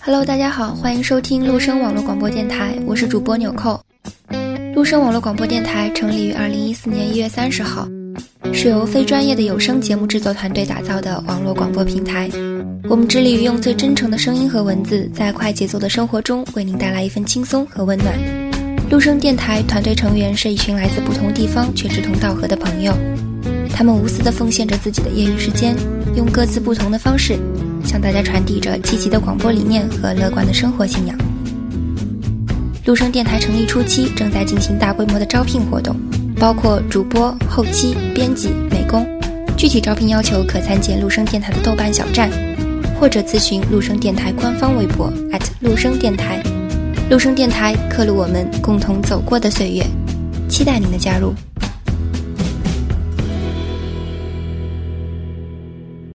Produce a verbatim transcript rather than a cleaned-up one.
Hello， 大家好，欢迎收听陆生网络广播电台，我是主播纽扣。陆生网络广播电台成立于二零一四年一月三十号，是由非专业的有声节目制作团队打造的网络广播平台。我们致力于用最真诚的声音和文字，在快节奏的生活中为您带来一份轻松和温暖。陆生电台团队成员是一群来自不同地方却志同道合的朋友，他们无私地奉献着自己的业余时间，用各自不同的方式向大家传递着积极的广播理念和乐观的生活信仰。陆生电台成立初期正在进行大规模的招聘活动，包括主播、后期、编辑、美工。具体招聘要求可参见陆生电台的豆瓣小站，或者咨询陆生电台官方微博 at 陆生电台。陆生电台刻录我们共同走过的岁月，期待您的加入。